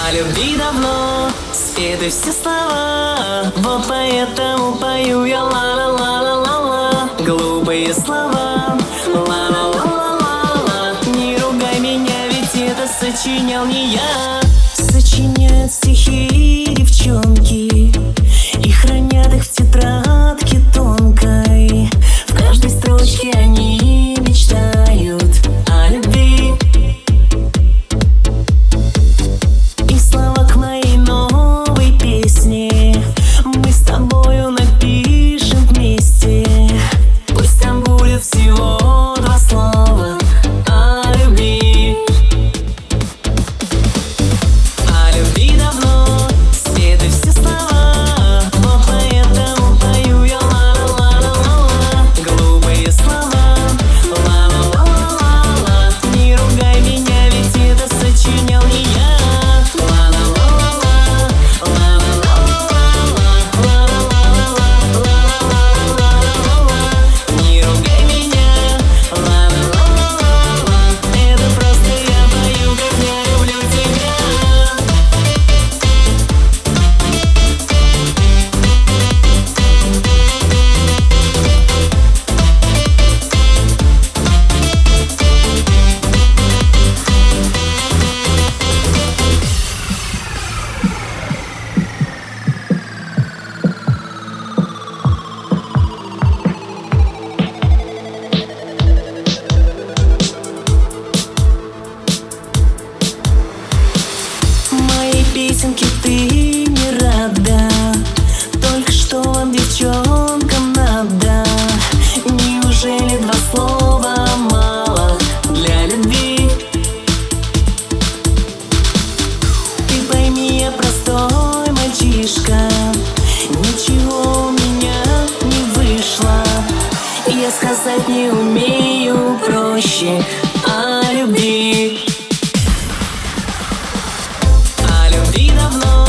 О любви давно спеты все слова, вот поэтому пою я ла-ла-ла-ла-ла-ла. Глупые слова, ла-ла-ла-ла-ла-ла. Не ругай меня, ведь это сочинял не я. Сочиняют стихи девчонки и хранят их в тетрадке тонкой. В каждой строчке они мечтают о любви. И слова к моей новой песне мы с тобою напишем вместе. Пусть там будет всего два слова о любви. О любви давно спеты все слова, вот поэтому пою я ла-ла-ла-ла-ла. Глупые слова, ла-ла-ла-ла-ла. Не ругай меня, ведь это сочинял не я. Не ругай меня, ла-ла-ла-ла-ла. Это просто я пою, как я люблю тебя. Моей песенке ты не рада, только что вам, девчонкам, надо. Неужели два слова мало для любви? Ты пойми, я простой мальчишка, ничего у меня не вышло. Я сказать не умею проще о любви. О любви давно